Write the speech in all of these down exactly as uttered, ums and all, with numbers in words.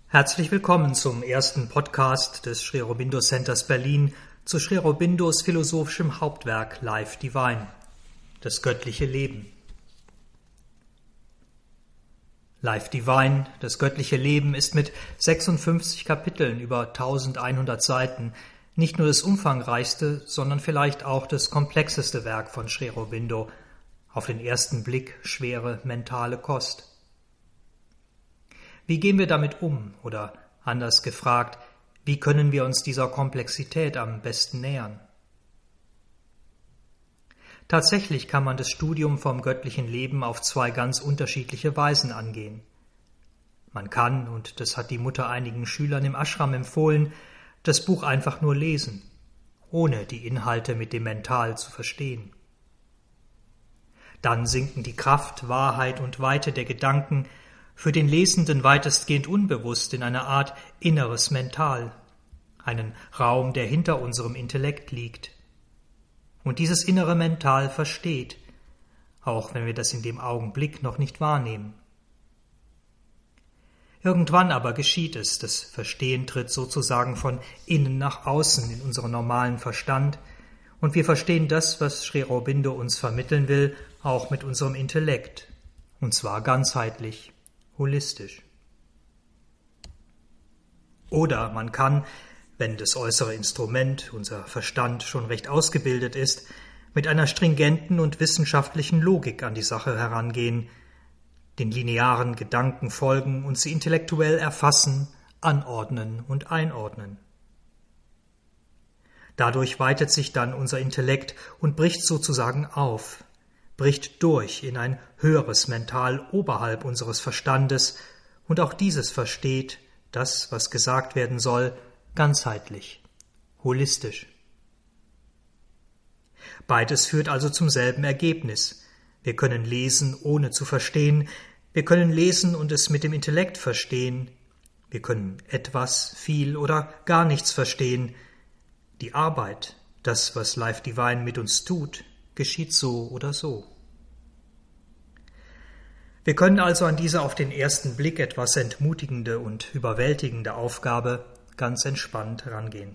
Herzlich willkommen zum ersten Podcast des Sri Aurobindo Centers Berlin zu Sri Aurobindos philosophischem Hauptwerk Life Divine, das göttliche Leben. Life Divine, das göttliche Leben, ist mit sechsundfünfzig Kapiteln über eintausendeinhundert Seiten nicht nur das umfangreichste, sondern vielleicht auch das komplexeste Werk von Sri Aurobindo, auf den ersten Blick schwere mentale Kost. Wie gehen wir damit um? Oder anders gefragt, wie können wir uns dieser Komplexität am besten nähern? Tatsächlich kann man das Studium vom göttlichen Leben auf zwei ganz unterschiedliche Weisen angehen. Man kann, und das hat die Mutter einigen Schülern im Ashram empfohlen, das Buch einfach nur lesen, ohne die Inhalte mit dem Mental zu verstehen. Dann sinken die Kraft, Wahrheit und Weite der Gedanken für den Lesenden weitestgehend unbewusst in eine Art inneres Mental, einen Raum, der hinter unserem Intellekt liegt. Und dieses innere Mental versteht, auch wenn wir das in dem Augenblick noch nicht wahrnehmen. Irgendwann aber geschieht es, das Verstehen tritt sozusagen von innen nach außen in unseren normalen Verstand, und wir verstehen das, was Sri Aurobindo uns vermitteln will, auch mit unserem Intellekt, und zwar ganzheitlich, holistisch. Oder man kann, wenn das äußere Instrument, unser Verstand, schon recht ausgebildet ist, mit einer stringenten und wissenschaftlichen Logik an die Sache herangehen, den linearen Gedanken folgen und sie intellektuell erfassen, anordnen und einordnen. Dadurch weitet sich dann unser Intellekt und bricht sozusagen auf, bricht durch in ein höheres Mental oberhalb unseres Verstandes, und auch dieses versteht das, was gesagt werden soll, ganzheitlich, holistisch. Beides führt also zum selben Ergebnis. Wir können lesen, ohne zu verstehen, wir können lesen und es mit dem Intellekt verstehen, wir können etwas, viel oder gar nichts verstehen. Die Arbeit, das, was Life Divine mit uns tut, geschieht so oder so. Wir können also an diese auf den ersten Blick etwas entmutigende und überwältigende Aufgabe ganz entspannt rangehen.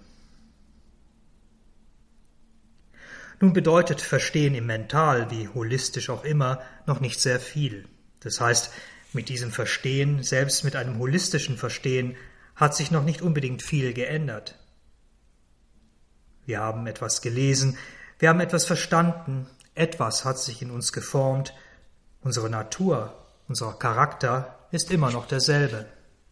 Nun bedeutet Verstehen im Mental, wie holistisch auch immer, noch nicht sehr viel. Das heißt, mit diesem Verstehen, selbst mit einem holistischen Verstehen, hat sich noch nicht unbedingt viel geändert. Wir haben etwas gelesen, wir haben etwas verstanden, etwas hat sich in uns geformt, unsere Natur, unser Charakter ist immer noch derselbe.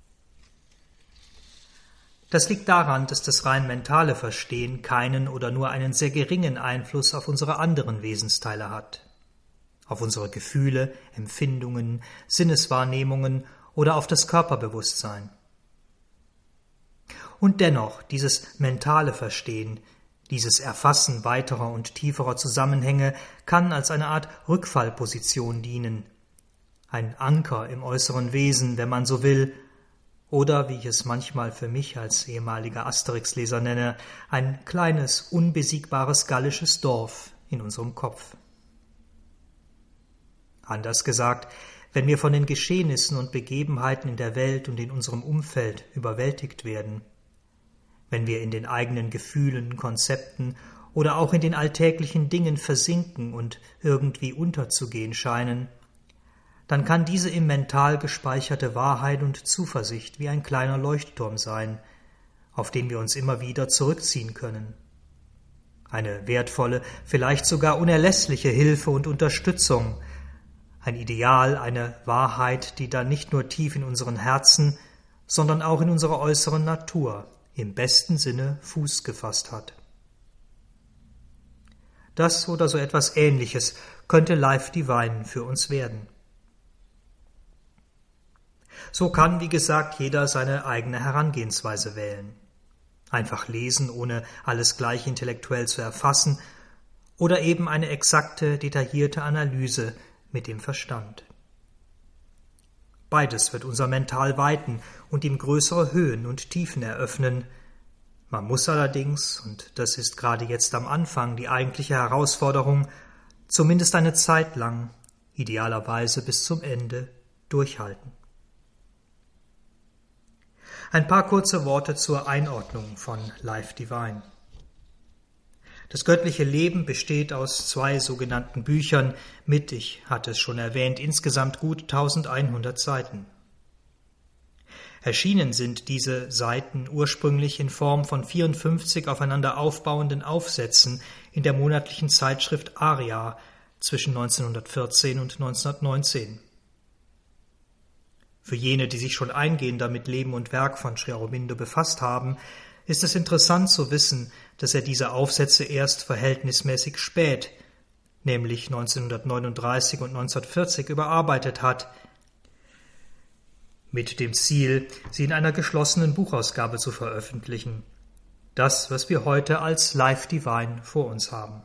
Das liegt daran, dass das rein mentale Verstehen keinen oder nur einen sehr geringen Einfluss auf unsere anderen Wesensteile hat, auf unsere Gefühle, Empfindungen, Sinneswahrnehmungen oder auf das Körperbewusstsein. Und dennoch, dieses mentale Verstehen, dieses Erfassen weiterer und tieferer Zusammenhänge kann als eine Art Rückfallposition dienen, ein Anker im äußeren Wesen, wenn man so will, oder, wie ich es manchmal für mich als ehemaliger Asterix-Leser nenne, ein kleines, unbesiegbares gallisches Dorf in unserem Kopf. Anders gesagt, wenn wir von den Geschehnissen und Begebenheiten in der Welt und in unserem Umfeld überwältigt werden, wenn wir in den eigenen Gefühlen, Konzepten oder auch in den alltäglichen Dingen versinken und irgendwie unterzugehen scheinen, dann kann diese im Mental gespeicherte Wahrheit und Zuversicht wie ein kleiner Leuchtturm sein, auf den wir uns immer wieder zurückziehen können. Eine wertvolle, vielleicht sogar unerlässliche Hilfe und Unterstützung, ein Ideal, eine Wahrheit, die dann nicht nur tief in unseren Herzen, sondern auch in unserer äußeren Natur im besten Sinne Fuß gefasst hat. Das oder so etwas Ähnliches könnte Life Divine für uns werden. So kann, wie gesagt, jeder seine eigene Herangehensweise wählen. Einfach lesen, ohne alles gleich intellektuell zu erfassen, oder eben eine exakte, detaillierte Analyse mit dem Verstand. Beides wird unser Mental weiten und ihm größere Höhen und Tiefen eröffnen. Man muss allerdings, und das ist gerade jetzt am Anfang die eigentliche Herausforderung, zumindest eine Zeit lang, idealerweise bis zum Ende, durchhalten. Ein paar kurze Worte zur Einordnung von Life Divine. Das göttliche Leben besteht aus zwei sogenannten Büchern mit, ich hatte es schon erwähnt, insgesamt gut eintausendeinhundert Seiten. Erschienen sind diese Seiten ursprünglich in Form von vierundfünfzig aufeinander aufbauenden Aufsätzen in der monatlichen Zeitschrift Arya zwischen neunzehnhundertvierzehn und neunzehnhundertneunzehn. Für jene, die sich schon eingehender mit Leben und Werk von Sri Aurobindo befasst haben, ist es interessant zu wissen, dass er diese Aufsätze erst verhältnismäßig spät, nämlich neunzehnhundertneununddreißig und neunzehnhundertvierzig, überarbeitet hat, mit dem Ziel, sie in einer geschlossenen Buchausgabe zu veröffentlichen. Das, was wir heute als Life Divine vor uns haben.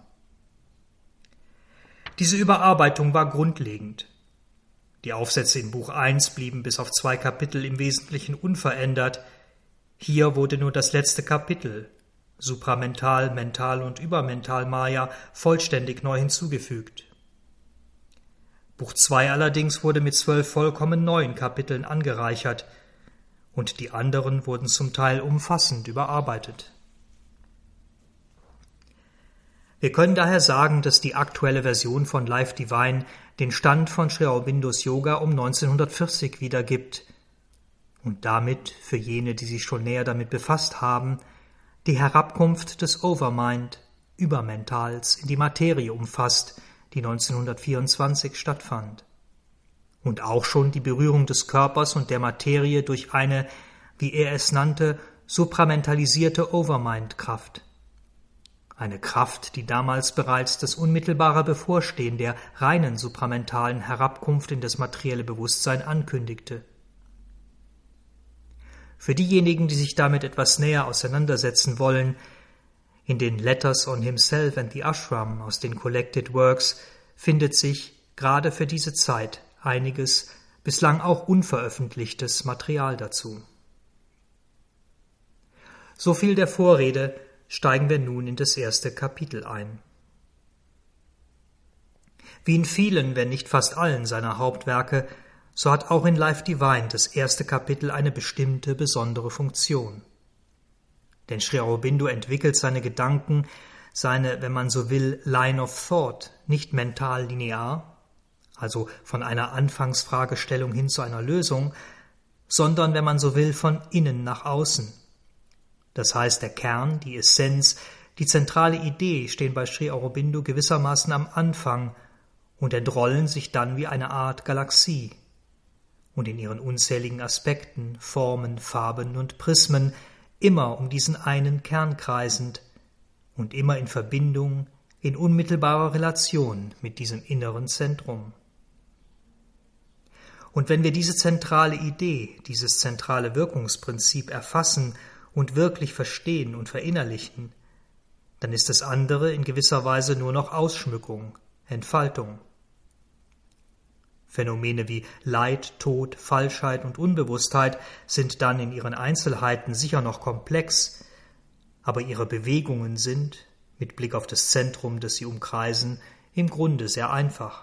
Diese Überarbeitung war grundlegend. Die Aufsätze in Buch eins blieben bis auf zwei Kapitel im Wesentlichen unverändert. Hier wurde nur das letzte Kapitel, Supramental, Mental und Übermental Maya, vollständig neu hinzugefügt. Buch zwei allerdings wurde mit zwölf vollkommen neuen Kapiteln angereichert und die anderen wurden zum Teil umfassend überarbeitet. Wir können daher sagen, dass die aktuelle Version von Life Divine den Stand von Sri Aurobindos Yoga um neunzehnhundertvierzig wiedergibt und damit, für jene, die sich schon näher damit befasst haben, die Herabkunft des Overmind, Übermentals, in die Materie umfasst, die neunzehnhundertvierundzwanzig stattfand. Und auch schon die Berührung des Körpers und der Materie durch eine, wie er es nannte, supramentalisierte Overmind-Kraft. Eine Kraft, die damals bereits das unmittelbare Bevorstehen der reinen supramentalen Herabkunft in das materielle Bewusstsein ankündigte. Für diejenigen, die sich damit etwas näher auseinandersetzen wollen, in den Letters on Himself and the Ashram aus den Collected Works findet sich gerade für diese Zeit einiges, bislang auch unveröffentlichtes Material dazu. So viel der Vorrede, steigen wir nun in das erste Kapitel ein. Wie in vielen, wenn nicht fast allen seiner Hauptwerke, so hat auch in Life Divine das erste Kapitel eine bestimmte, besondere Funktion. Denn Sri Aurobindo entwickelt seine Gedanken, seine, wenn man so will, Line of Thought, nicht mental linear, also von einer Anfangsfragestellung hin zu einer Lösung, sondern, wenn man so will, von innen nach außen. Das heißt, der Kern, die Essenz, die zentrale Idee stehen bei Sri Aurobindo gewissermaßen am Anfang und entrollen sich dann wie eine Art Galaxie und in ihren unzähligen Aspekten, Formen, Farben und Prismen immer um diesen einen Kern kreisend und immer in Verbindung, in unmittelbarer Relation mit diesem inneren Zentrum. Und wenn wir diese zentrale Idee, dieses zentrale Wirkungsprinzip erfassen und wirklich verstehen und verinnerlichen, dann ist das andere in gewisser Weise nur noch Ausschmückung, Entfaltung. Phänomene wie Leid, Tod, Falschheit und Unbewusstheit sind dann in ihren Einzelheiten sicher noch komplex, aber ihre Bewegungen sind, mit Blick auf das Zentrum, das sie umkreisen, im Grunde sehr einfach.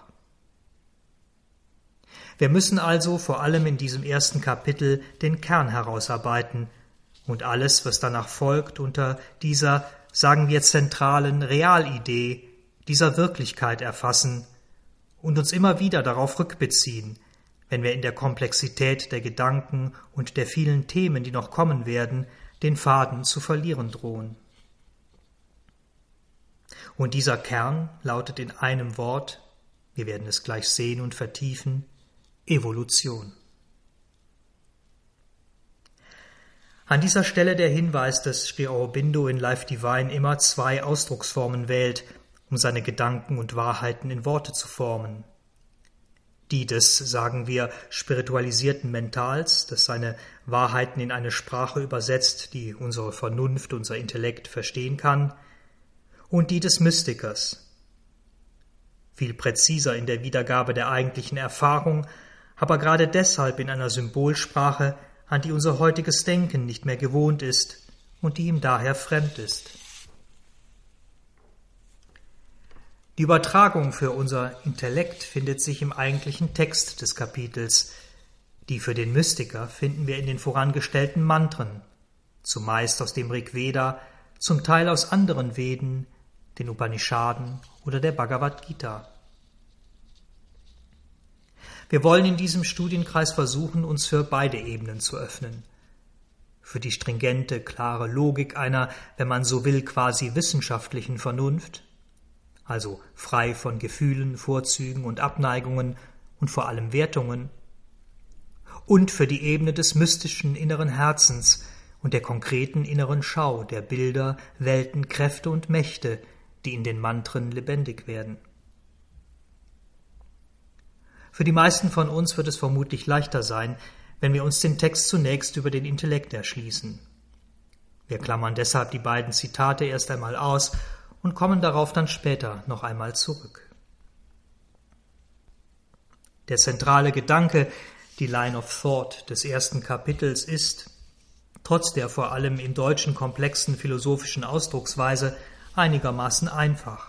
Wir müssen also vor allem in diesem ersten Kapitel den Kern herausarbeiten und alles, was danach folgt, unter dieser, sagen wir, zentralen Realidee, dieser Wirklichkeit erfassen und uns immer wieder darauf rückbeziehen, wenn wir in der Komplexität der Gedanken und der vielen Themen, die noch kommen werden, den Faden zu verlieren drohen. Und dieser Kern lautet in einem Wort, wir werden es gleich sehen und vertiefen, Evolution. An dieser Stelle der Hinweis, dass Sri Aurobindo in Life Divine immer zwei Ausdrucksformen wählt, um seine Gedanken und Wahrheiten in Worte zu formen. Die des, sagen wir, spiritualisierten Mentals, das seine Wahrheiten in eine Sprache übersetzt, die unsere Vernunft, unser Intellekt verstehen kann, und die des Mystikers. Viel präziser in der Wiedergabe der eigentlichen Erfahrung, aber gerade deshalb in einer Symbolsprache, an die unser heutiges Denken nicht mehr gewohnt ist und die ihm daher fremd ist. Die Übertragung für unser Intellekt findet sich im eigentlichen Text des Kapitels, Die für den Mystiker finden wir in den vorangestellten Mantren, zumeist aus dem Rig Veda, zum Teil aus anderen Veden, den Upanishaden oder der Bhagavad Gita. Wir wollen in diesem Studienkreis versuchen, uns für beide Ebenen zu öffnen. Für die stringente, klare Logik einer, wenn man so will, quasi wissenschaftlichen Vernunft, also frei von Gefühlen, Vorzügen und Abneigungen und vor allem Wertungen, und für die Ebene des mystischen inneren Herzens und der konkreten inneren Schau der Bilder, Welten, Kräfte und Mächte, die in den Mantren lebendig werden. Für die meisten von uns wird es vermutlich leichter sein, wenn wir uns den Text zunächst über den Intellekt erschließen. Wir klammern deshalb die beiden Zitate erst einmal aus und kommen darauf dann später noch einmal zurück. Der zentrale Gedanke, die Line of Thought des ersten Kapitels ist, trotz der vor allem im Deutschen komplexen philosophischen Ausdrucksweise, einigermaßen einfach.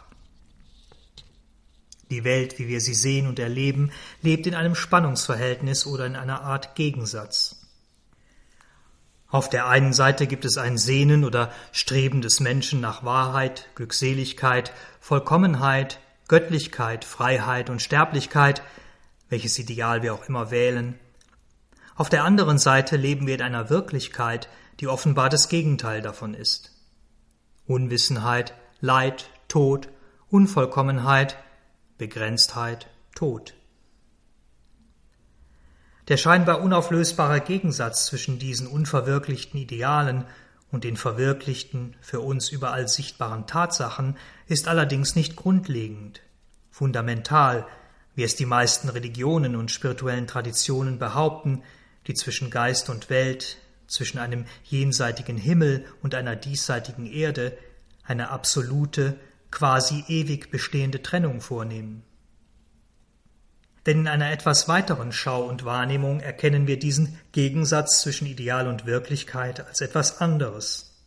Die Welt, wie wir sie sehen und erleben, lebt in einem Spannungsverhältnis oder in einer Art Gegensatz. Auf der einen Seite gibt es ein Sehnen oder Streben des Menschen nach Wahrheit, Glückseligkeit, Vollkommenheit, Göttlichkeit, Freiheit und Sterblichkeit, welches Ideal wir auch immer wählen. Auf der anderen Seite leben wir in einer Wirklichkeit, die offenbar das Gegenteil davon ist. Unwissenheit, Leid, Tod, Unvollkommenheit, Begrenztheit, Tod. Der scheinbar unauflösbare Gegensatz zwischen diesen unverwirklichten Idealen und den verwirklichten, für uns überall sichtbaren Tatsachen ist allerdings nicht grundlegend, fundamental, wie es die meisten Religionen und spirituellen Traditionen behaupten, die zwischen Geist und Welt, zwischen einem jenseitigen Himmel und einer diesseitigen Erde eine absolute, quasi ewig bestehende Trennung vornehmen. Denn in einer etwas weiteren Schau und Wahrnehmung erkennen wir diesen Gegensatz zwischen Ideal und Wirklichkeit als etwas anderes.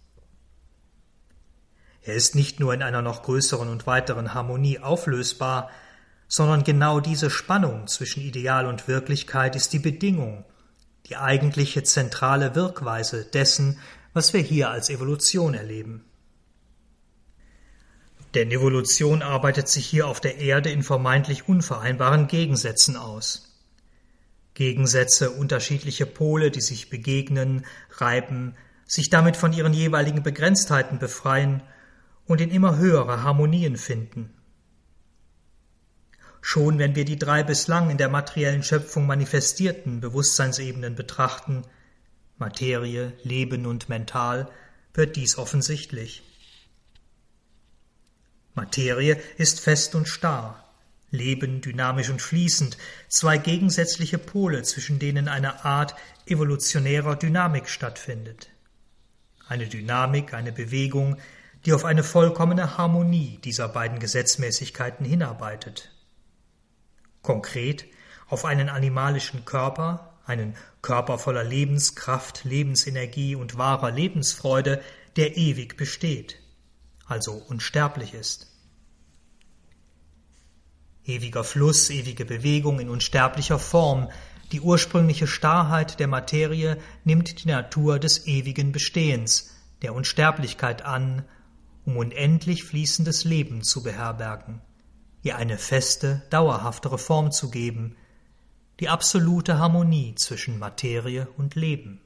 Er ist nicht nur in einer noch größeren und weiteren Harmonie auflösbar, sondern genau diese Spannung zwischen Ideal und Wirklichkeit ist die Bedingung, die eigentliche zentrale Wirkweise dessen, was wir hier als Evolution erleben. Denn Evolution arbeitet sich hier auf der Erde in vermeintlich unvereinbaren Gegensätzen aus. Gegensätze, unterschiedliche Pole, die sich begegnen, reiben, sich damit von ihren jeweiligen Begrenztheiten befreien und in immer höhere Harmonien finden. Schon wenn wir die drei bislang in der materiellen Schöpfung manifestierten Bewusstseinsebenen betrachten, Materie, Leben und Mental, wird dies offensichtlich. Materie ist fest und starr, Leben dynamisch und fließend, zwei gegensätzliche Pole, zwischen denen eine Art evolutionärer Dynamik stattfindet. Eine Dynamik, eine Bewegung, die auf eine vollkommene Harmonie dieser beiden Gesetzmäßigkeiten hinarbeitet. Konkret auf einen animalischen Körper, einen Körper voller Lebenskraft, Lebensenergie und wahrer Lebensfreude, der ewig besteht, also unsterblich ist. Ewiger Fluss, ewige Bewegung in unsterblicher Form, die ursprüngliche Starrheit der Materie nimmt die Natur des ewigen Bestehens, der Unsterblichkeit an, um unendlich fließendes Leben zu beherbergen, ihr eine feste, dauerhaftere Form zu geben, die absolute Harmonie zwischen Materie und Leben.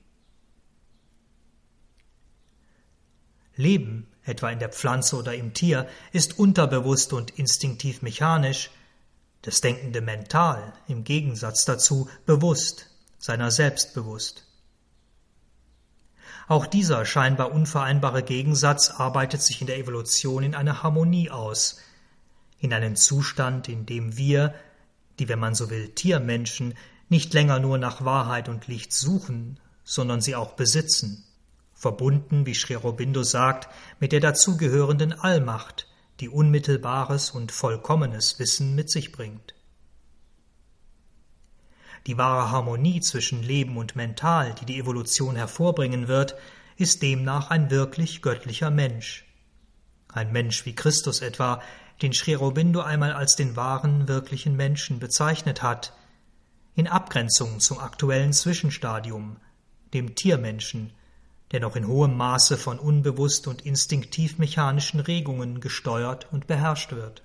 Leben, etwa in der Pflanze oder im Tier, ist unterbewusst und instinktiv mechanisch, das denkende Mental im Gegensatz dazu bewusst, seiner selbst bewusst. Auch dieser scheinbar unvereinbare Gegensatz arbeitet sich in der Evolution in eine Harmonie aus, in einen Zustand, in dem wir, die, wenn man so will, Tiermenschen, nicht länger nur nach Wahrheit und Licht suchen, sondern sie auch besitzen, verbunden, wie Sri Aurobindo sagt, mit der dazugehörenden Allmacht, die unmittelbares und vollkommenes Wissen mit sich bringt. Die wahre Harmonie zwischen Leben und Mental, die die Evolution hervorbringen wird, ist demnach ein wirklich göttlicher Mensch. Ein Mensch wie Christus etwa, den Sri Aurobindo einmal als den wahren, wirklichen Menschen bezeichnet hat, in Abgrenzung zum aktuellen Zwischenstadium, dem Tiermenschen, der noch in hohem Maße von unbewusst und instinktiv mechanischen Regungen gesteuert und beherrscht wird.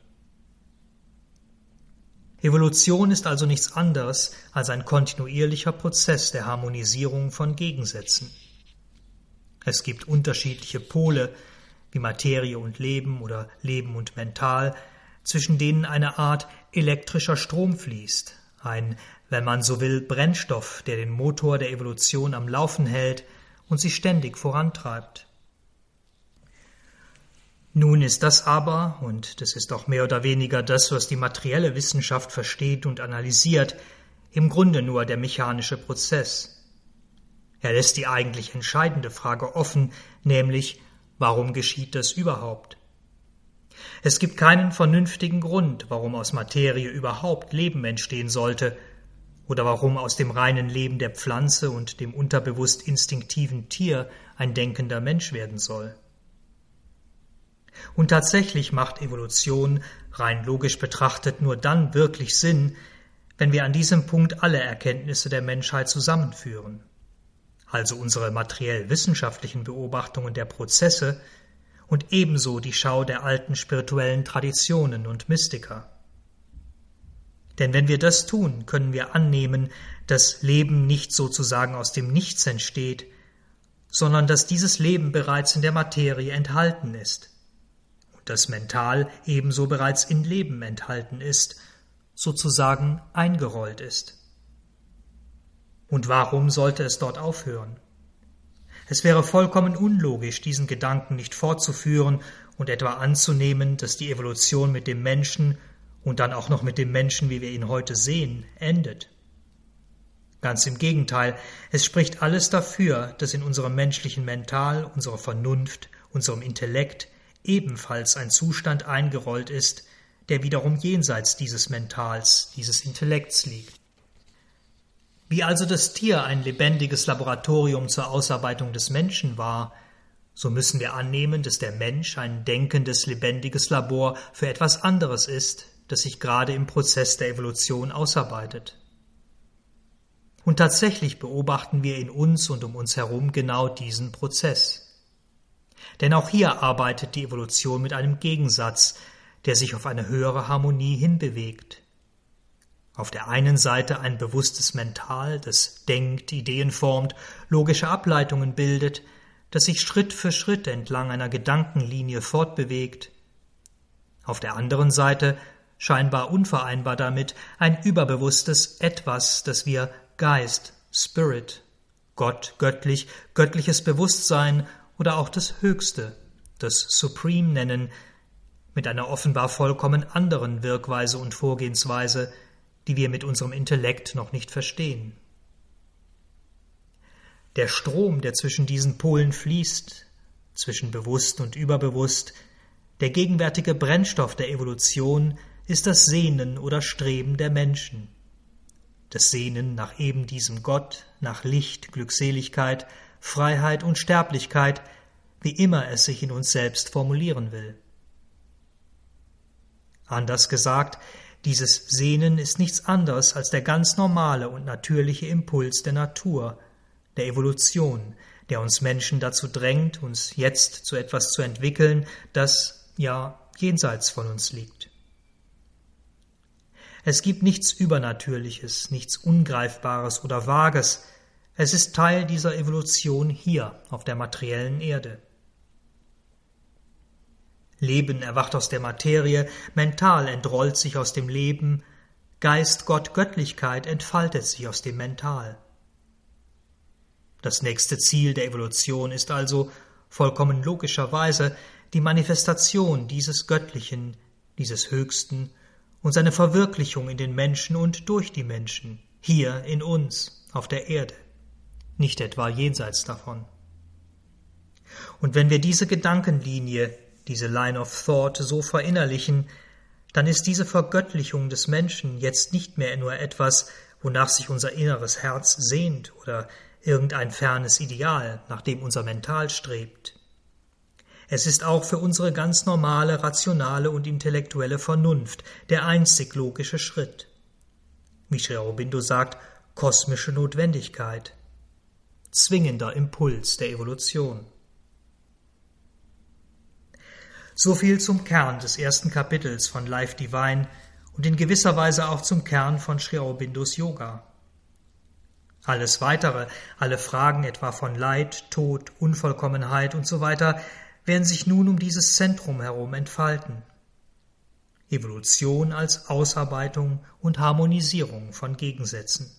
Evolution ist also nichts anderes als ein kontinuierlicher Prozess der Harmonisierung von Gegensätzen. Es gibt unterschiedliche Pole, wie Materie und Leben oder Leben und Mental, zwischen denen eine Art elektrischer Strom fließt, ein, wenn man so will, Brennstoff, der den Motor der Evolution am Laufen hält und sie ständig vorantreibt. Nun ist das aber, und das ist auch mehr oder weniger das, was die materielle Wissenschaft versteht und analysiert, im Grunde nur der mechanische Prozess. Er lässt die eigentlich entscheidende Frage offen, nämlich, warum geschieht das überhaupt? Es gibt keinen vernünftigen Grund, warum aus Materie überhaupt Leben entstehen sollte oder warum aus dem reinen Leben der Pflanze und dem unterbewusst instinktiven Tier ein denkender Mensch werden soll. Und tatsächlich macht Evolution, rein logisch betrachtet, nur dann wirklich Sinn, wenn wir an diesem Punkt alle Erkenntnisse der Menschheit zusammenführen, also unsere materiell-wissenschaftlichen Beobachtungen der Prozesse und ebenso die Schau der alten spirituellen Traditionen und Mystiker. Denn wenn wir das tun, können wir annehmen, dass Leben nicht sozusagen aus dem Nichts entsteht, sondern dass dieses Leben bereits in der Materie enthalten ist, das Mental ebenso bereits in Leben enthalten ist, sozusagen eingerollt ist. Und warum sollte es dort aufhören? Es wäre vollkommen unlogisch, diesen Gedanken nicht fortzuführen und etwa anzunehmen, dass die Evolution mit dem Menschen und dann auch noch mit dem Menschen, wie wir ihn heute sehen, endet. Ganz im Gegenteil, es spricht alles dafür, dass in unserem menschlichen Mental, unserer Vernunft, unserem Intellekt ebenfalls ein Zustand eingerollt ist, der wiederum jenseits dieses Mentals, dieses Intellekts liegt. Wie also das Tier ein lebendiges Laboratorium zur Ausarbeitung des Menschen war, so müssen wir annehmen, dass der Mensch ein denkendes, lebendiges Labor für etwas anderes ist, das sich gerade im Prozess der Evolution ausarbeitet. Und tatsächlich beobachten wir in uns und um uns herum genau diesen Prozess. Denn auch hier arbeitet die Evolution mit einem Gegensatz, der sich auf eine höhere Harmonie hinbewegt. Auf der einen Seite ein bewusstes Mental, das denkt, Ideen formt, logische Ableitungen bildet, das sich Schritt für Schritt entlang einer Gedankenlinie fortbewegt. Auf der anderen Seite, scheinbar unvereinbar damit, ein überbewusstes Etwas, das wir Geist, Spirit, Gott, göttlich, göttliches Bewusstsein oder auch das Höchste, das Supreme nennen, mit einer offenbar vollkommen anderen Wirkweise und Vorgehensweise, die wir mit unserem Intellekt noch nicht verstehen. Der Strom, der zwischen diesen Polen fließt, zwischen bewusst und überbewusst, der gegenwärtige Brennstoff der Evolution, ist das Sehnen oder Streben der Menschen. Das Sehnen nach eben diesem Gott, nach Licht, Glückseligkeit, Freiheit und Sterblichkeit, wie immer es sich in uns selbst formulieren will. Anders gesagt, dieses Sehnen ist nichts anderes als der ganz normale und natürliche Impuls der Natur, der Evolution, der uns Menschen dazu drängt, uns jetzt zu etwas zu entwickeln, das, ja, jenseits von uns liegt. Es gibt nichts Übernatürliches, nichts Ungreifbares oder Vages. Es ist Teil dieser Evolution hier auf der materiellen Erde. Leben erwacht aus der Materie, Mental entrollt sich aus dem Leben, Geist, Gott, Göttlichkeit entfaltet sich aus dem Mental. Das nächste Ziel der Evolution ist also vollkommen logischerweise die Manifestation dieses Göttlichen, dieses Höchsten und seine Verwirklichung in den Menschen und durch die Menschen, hier in uns, auf der Erde, nicht etwa jenseits davon. Und wenn wir diese Gedankenlinie, diese Line of Thought so verinnerlichen, dann ist diese Vergöttlichung des Menschen jetzt nicht mehr nur etwas, wonach sich unser inneres Herz sehnt oder irgendein fernes Ideal, nach dem unser Mental strebt. Es ist auch für unsere ganz normale, rationale und intellektuelle Vernunft der einzig logische Schritt. Wie Sri Aurobindo sagt, kosmische Notwendigkeit, zwingender Impuls der Evolution. So viel zum Kern des ersten Kapitels von Life Divine und in gewisser Weise auch zum Kern von Sri Aurobindos Yoga. Alles Weitere, alle Fragen etwa von Leid, Tod, Unvollkommenheit und so weiter, werden sich nun um dieses Zentrum herum entfalten. Evolution als Ausarbeitung und Harmonisierung von Gegensätzen.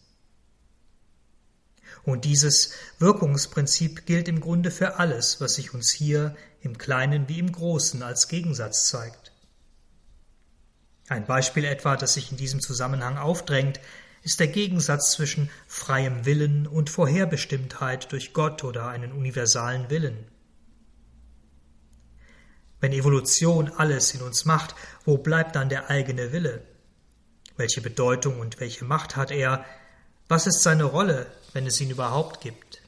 Und dieses Wirkungsprinzip gilt im Grunde für alles, was sich uns hier im Kleinen wie im Großen als Gegensatz zeigt. Ein Beispiel etwa, das sich in diesem Zusammenhang aufdrängt, ist der Gegensatz zwischen freiem Willen und Vorherbestimmtheit durch Gott oder einen universalen Willen. Wenn Evolution alles in uns macht, wo bleibt dann der eigene Wille? Welche Bedeutung und welche Macht hat er? Was ist seine Rolle, wenn es ihn überhaupt gibt?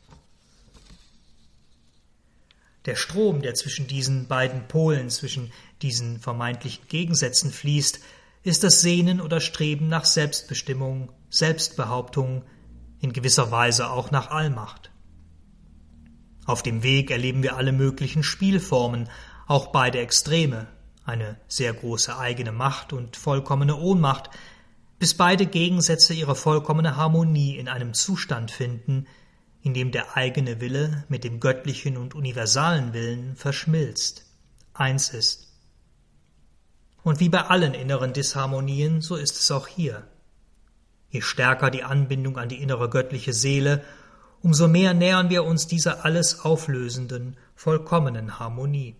Der Strom, der zwischen diesen beiden Polen, zwischen diesen vermeintlichen Gegensätzen fließt, ist das Sehnen oder Streben nach Selbstbestimmung, Selbstbehauptung, in gewisser Weise auch nach Allmacht. Auf dem Weg erleben wir alle möglichen Spielformen, auch beide Extreme, eine sehr große eigene Macht und vollkommene Ohnmacht, bis beide Gegensätze ihre vollkommene Harmonie in einem Zustand finden, in dem der eigene Wille mit dem göttlichen und universalen Willen verschmilzt, eins ist. Und wie bei allen inneren Disharmonien, so ist es auch hier. Je stärker die Anbindung an die innere göttliche Seele, umso mehr nähern wir uns dieser alles auflösenden, vollkommenen Harmonie.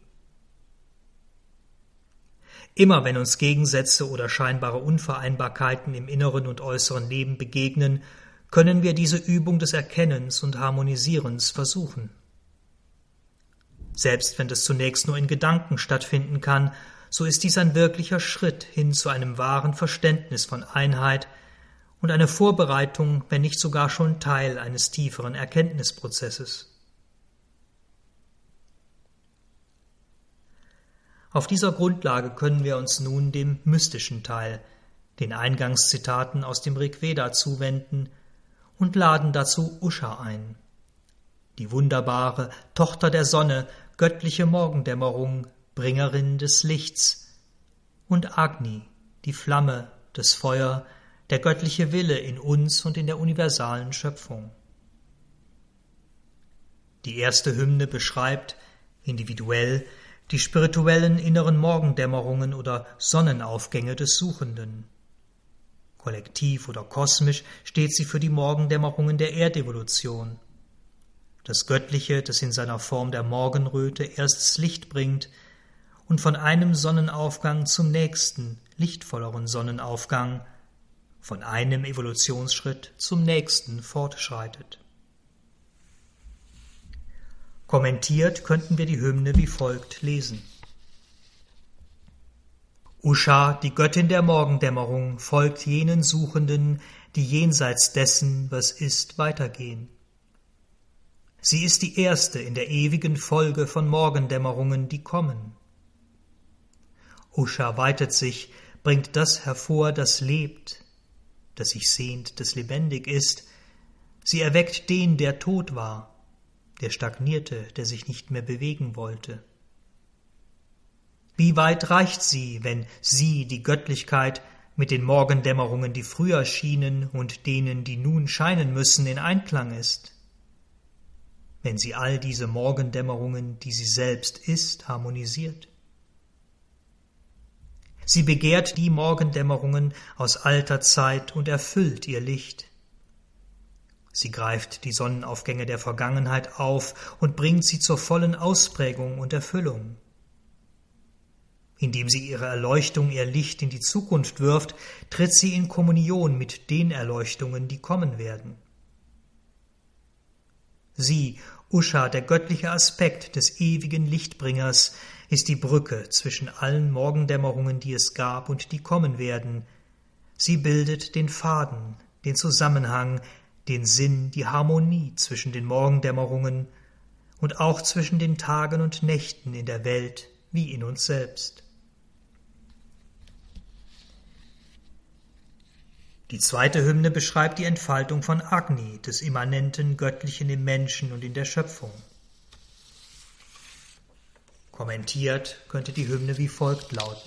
Immer wenn uns Gegensätze oder scheinbare Unvereinbarkeiten im inneren und äußeren Leben begegnen, können wir diese Übung des Erkennens und Harmonisierens versuchen. Selbst wenn das zunächst nur in Gedanken stattfinden kann, so ist dies ein wirklicher Schritt hin zu einem wahren Verständnis von Einheit und eine Vorbereitung, wenn nicht sogar schon Teil eines tieferen Erkenntnisprozesses. Auf dieser Grundlage können wir uns nun dem mystischen Teil, den Eingangszitaten aus dem Rig Veda zuwenden und laden dazu Usha ein, die wunderbare Tochter der Sonne, göttliche Morgendämmerung, Bringerin des Lichts, und Agni, die Flamme, das Feuer, der göttliche Wille in uns und in der universalen Schöpfung. Die erste Hymne beschreibt, individuell, die spirituellen inneren Morgendämmerungen oder Sonnenaufgänge des Suchenden. Kollektiv oder kosmisch steht sie für die Morgendämmerungen der Erdevolution. Das Göttliche, das in seiner Form der Morgenröte erst das Licht bringt und von einem Sonnenaufgang zum nächsten, lichtvolleren Sonnenaufgang, von einem Evolutionsschritt zum nächsten fortschreitet. Kommentiert könnten wir die Hymne wie folgt lesen. Usha, die Göttin der Morgendämmerung, folgt jenen Suchenden, die jenseits dessen, was ist, weitergehen. Sie ist die erste in der ewigen Folge von Morgendämmerungen, die kommen. Usha weitet sich, bringt das hervor, das lebt, das sich sehnt, das lebendig ist. Sie erweckt den, der tot war, der stagnierte, der sich nicht mehr bewegen wollte. Wie weit reicht sie, wenn sie, die Göttlichkeit, mit den Morgendämmerungen, die früher schienen und denen, die nun scheinen müssen, in Einklang ist? Wenn sie all diese Morgendämmerungen, die sie selbst ist, harmonisiert? Sie begehrt die Morgendämmerungen aus alter Zeit und erfüllt ihr Licht. Sie greift die Sonnenaufgänge der Vergangenheit auf und bringt sie zur vollen Ausprägung und Erfüllung. Indem sie ihre Erleuchtung, ihr Licht in die Zukunft wirft, tritt sie in Kommunion mit den Erleuchtungen, die kommen werden. Sie, Usha, der göttliche Aspekt des ewigen Lichtbringers, ist die Brücke zwischen allen Morgendämmerungen, die es gab und die kommen werden. Sie bildet den Faden, den Zusammenhang, den Sinn, die Harmonie zwischen den Morgendämmerungen und auch zwischen den Tagen und Nächten in der Welt wie in uns selbst. Die zweite Hymne beschreibt die Entfaltung von Agni, des immanenten Göttlichen im Menschen und in der Schöpfung. Kommentiert könnte die Hymne wie folgt lauten.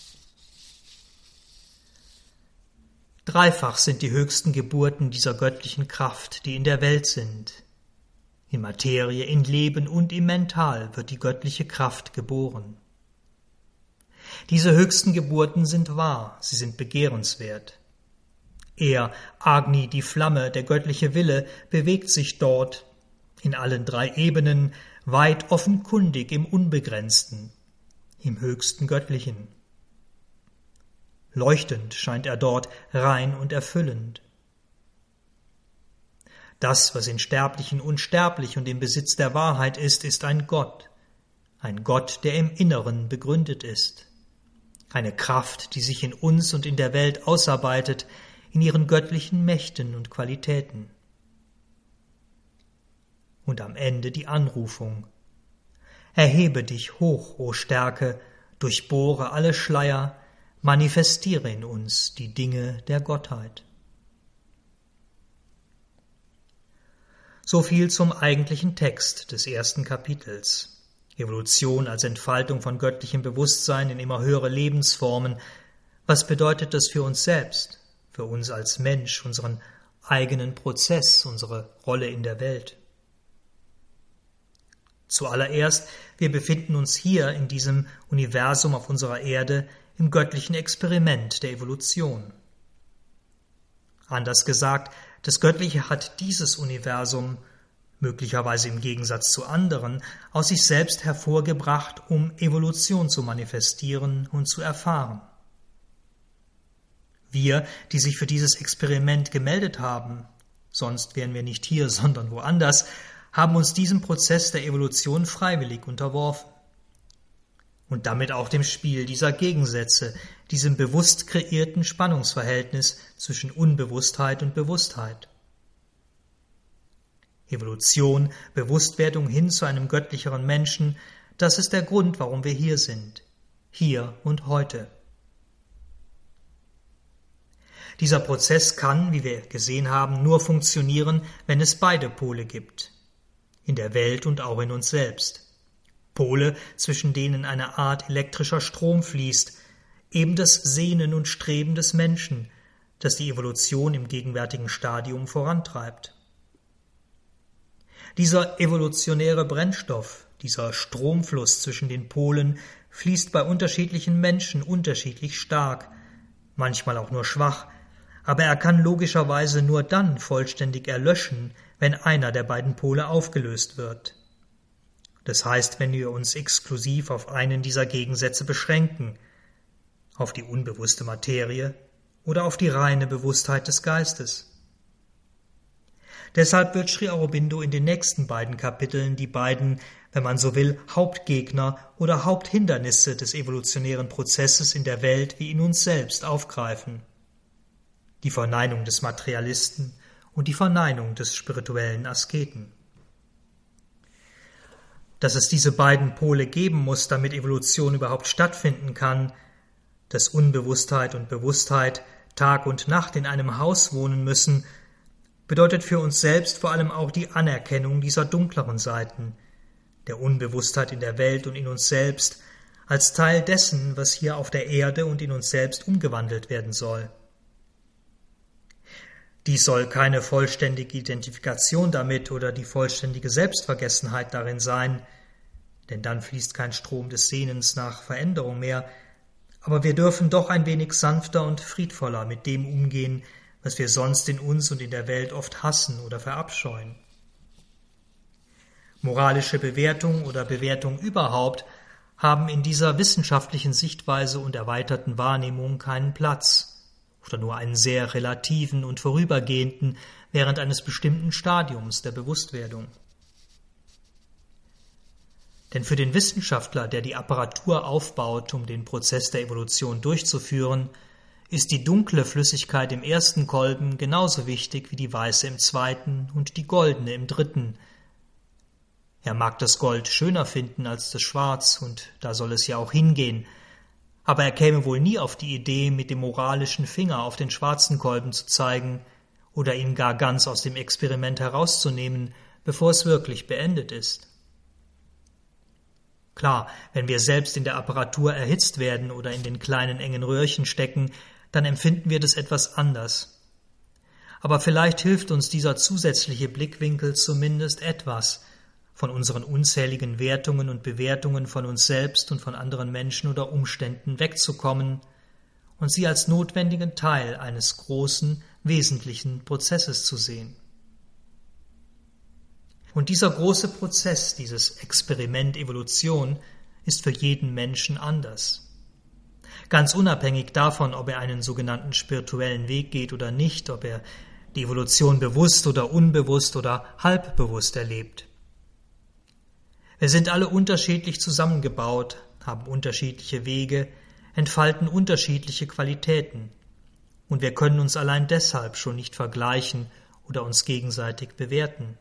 Dreifach sind die höchsten Geburten dieser göttlichen Kraft, die in der Welt sind. In Materie, in Leben und im Mental wird die göttliche Kraft geboren. Diese höchsten Geburten sind wahr, sie sind begehrenswert. Er, Agni, die Flamme, der göttliche Wille, bewegt sich dort, in allen drei Ebenen, weit offenkundig im Unbegrenzten, im höchsten Göttlichen. Leuchtend scheint er dort, rein und erfüllend. Das, was in Sterblichen unsterblich und im Besitz der Wahrheit ist, ist ein Gott, ein Gott, der im Inneren begründet ist, eine Kraft, die sich in uns und in der Welt ausarbeitet, in ihren göttlichen Mächten und Qualitäten. Und am Ende die Anrufung: Erhebe dich hoch, o Stärke, durchbohre alle Schleier, manifestiere in uns die Dinge der Gottheit. So viel zum eigentlichen Text des ersten Kapitels. Evolution als Entfaltung von göttlichem Bewusstsein in immer höhere Lebensformen. Was bedeutet das für uns selbst, für uns als Mensch, unseren eigenen Prozess, unsere Rolle in der Welt? Zuallererst, wir befinden uns hier in diesem Universum auf unserer Erde im göttlichen Experiment der Evolution. Anders gesagt, das Göttliche hat dieses Universum, möglicherweise im Gegensatz zu anderen, aus sich selbst hervorgebracht, um Evolution zu manifestieren und zu erfahren. Wir, die sich für dieses Experiment gemeldet haben, sonst wären wir nicht hier, sondern woanders, haben uns diesem Prozess der Evolution freiwillig unterworfen. Und damit auch dem Spiel dieser Gegensätze, diesem bewusst kreierten Spannungsverhältnis zwischen Unbewusstheit und Bewusstheit. Evolution, Bewusstwerdung hin zu einem göttlicheren Menschen, das ist der Grund, warum wir hier sind, hier und heute. Dieser Prozess kann, wie wir gesehen haben, nur funktionieren, wenn es beide Pole gibt, in der Welt und auch in uns selbst. Pole, zwischen denen eine Art elektrischer Strom fließt, eben das Sehnen und Streben des Menschen, das die Evolution im gegenwärtigen Stadium vorantreibt. Dieser evolutionäre Brennstoff, dieser Stromfluss zwischen den Polen, fließt bei unterschiedlichen Menschen unterschiedlich stark, manchmal auch nur schwach, aber er kann logischerweise nur dann vollständig erlöschen, wenn einer der beiden Pole aufgelöst wird. Das heißt, wenn wir uns exklusiv auf einen dieser Gegensätze beschränken, auf die unbewusste Materie oder auf die reine Bewusstheit des Geistes. Deshalb wird Sri Aurobindo in den nächsten beiden Kapiteln die beiden, wenn man so will, Hauptgegner oder Haupthindernisse des evolutionären Prozesses in der Welt wie in uns selbst aufgreifen. Die Verneinung des Materialisten und die Verneinung des spirituellen Asketen. Dass es diese beiden Pole geben muss, damit Evolution überhaupt stattfinden kann, dass Unbewusstheit und Bewusstheit Tag und Nacht in einem Haus wohnen müssen, bedeutet für uns selbst vor allem auch die Anerkennung dieser dunkleren Seiten, der Unbewusstheit in der Welt und in uns selbst, als Teil dessen, was hier auf der Erde und in uns selbst umgewandelt werden soll. Dies soll keine vollständige Identifikation damit oder die vollständige Selbstvergessenheit darin sein, denn dann fließt kein Strom des Sehnens nach Veränderung mehr, aber wir dürfen doch ein wenig sanfter und friedvoller mit dem umgehen, was wir sonst in uns und in der Welt oft hassen oder verabscheuen. Moralische Bewertung oder Bewertung überhaupt haben in dieser wissenschaftlichen Sichtweise und erweiterten Wahrnehmung keinen Platz oder nur einen sehr relativen und vorübergehenden während eines bestimmten Stadiums der Bewusstwerdung. Denn für den Wissenschaftler, der die Apparatur aufbaut, um den Prozess der Evolution durchzuführen, ist die dunkle Flüssigkeit im ersten Kolben genauso wichtig wie die weiße im zweiten und die goldene im dritten. Er mag das Gold schöner finden als das Schwarz, und da soll es ja auch hingehen, Aber er käme wohl nie auf die Idee, mit dem moralischen Finger auf den schwarzen Kolben zu zeigen oder ihn gar ganz aus dem Experiment herauszunehmen, bevor es wirklich beendet ist. Klar, wenn wir selbst in der Apparatur erhitzt werden oder in den kleinen engen Röhrchen stecken, dann empfinden wir das etwas anders. Aber vielleicht hilft uns dieser zusätzliche Blickwinkel zumindest etwas, von unseren unzähligen Wertungen und Bewertungen von uns selbst und von anderen Menschen oder Umständen wegzukommen und sie als notwendigen Teil eines großen, wesentlichen Prozesses zu sehen. Und dieser große Prozess, dieses Experiment Evolution, ist für jeden Menschen anders. Ganz unabhängig davon, ob er einen sogenannten spirituellen Weg geht oder nicht, ob er die Evolution bewusst oder unbewusst oder halbbewusst erlebt. Wir sind alle unterschiedlich zusammengebaut, haben unterschiedliche Wege, entfalten unterschiedliche Qualitäten, und wir können uns allein deshalb schon nicht vergleichen oder uns gegenseitig bewerten.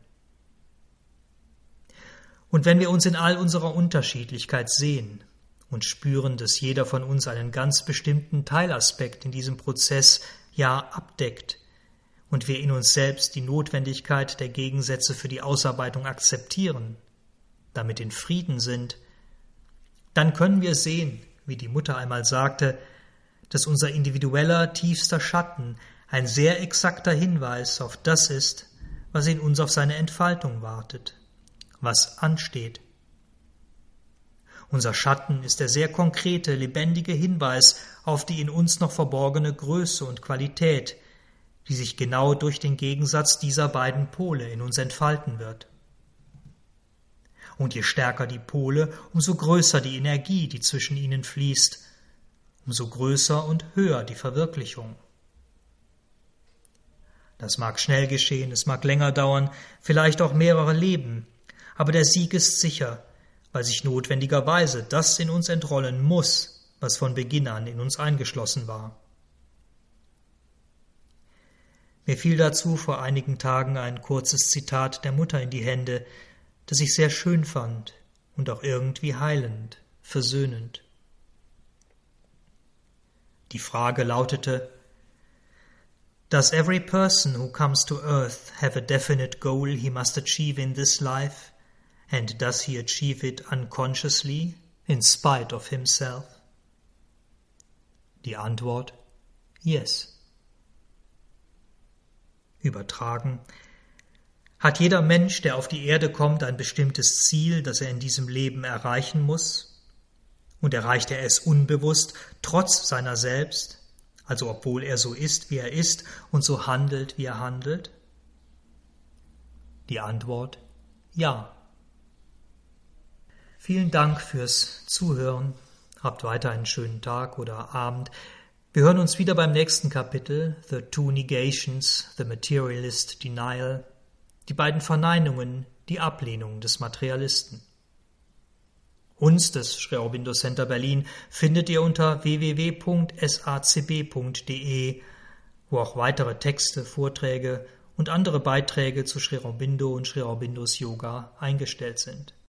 Und wenn wir uns in all unserer Unterschiedlichkeit sehen und spüren, dass jeder von uns einen ganz bestimmten Teilaspekt in diesem Prozess ja abdeckt und wir in uns selbst die Notwendigkeit der Gegensätze für die Ausarbeitung akzeptieren, damit in Frieden sind, dann können wir sehen, wie die Mutter einmal sagte, dass unser individueller tiefster Schatten ein sehr exakter Hinweis auf das ist, was in uns auf seine Entfaltung wartet, was ansteht. Unser Schatten ist der sehr konkrete, lebendige Hinweis auf die in uns noch verborgene Größe und Qualität, die sich genau durch den Gegensatz dieser beiden Pole in uns entfalten wird. Und je stärker die Pole, umso größer die Energie, die zwischen ihnen fließt, umso größer und höher die Verwirklichung. Das mag schnell geschehen, es mag länger dauern, vielleicht auch mehrere Leben, aber der Sieg ist sicher, weil sich notwendigerweise das in uns entrollen muss, was von Beginn an in uns eingeschlossen war. Mir fiel dazu vor einigen Tagen ein kurzes Zitat der Mutter in die Hände, das ich sehr schön fand und auch irgendwie heilend, versöhnend. Die Frage lautete: Does every person who comes to earth have a definite goal he must achieve in this life, and does he achieve it unconsciously, in spite of himself? Die Antwort: Yes. Übertragen: Hat jeder Mensch, der auf die Erde kommt, ein bestimmtes Ziel, das er in diesem Leben erreichen muss? Und erreicht er es unbewusst, trotz seiner selbst, also obwohl er so ist, wie er ist, und so handelt, wie er handelt? Die Antwort: Ja. Vielen Dank fürs Zuhören. Habt weiter einen schönen Tag oder Abend. Wir hören uns wieder beim nächsten Kapitel, The Two Negations, The Materialist Denial, die beiden Verneinungen, die Ablehnung des Materialisten. Uns, das Sri Aurobindo Center Berlin, findet ihr unter w w w punkt s a c b punkt d e, wo auch weitere Texte, Vorträge und andere Beiträge zu Sri Aurobindo und Sri Aurobindos Yoga eingestellt sind.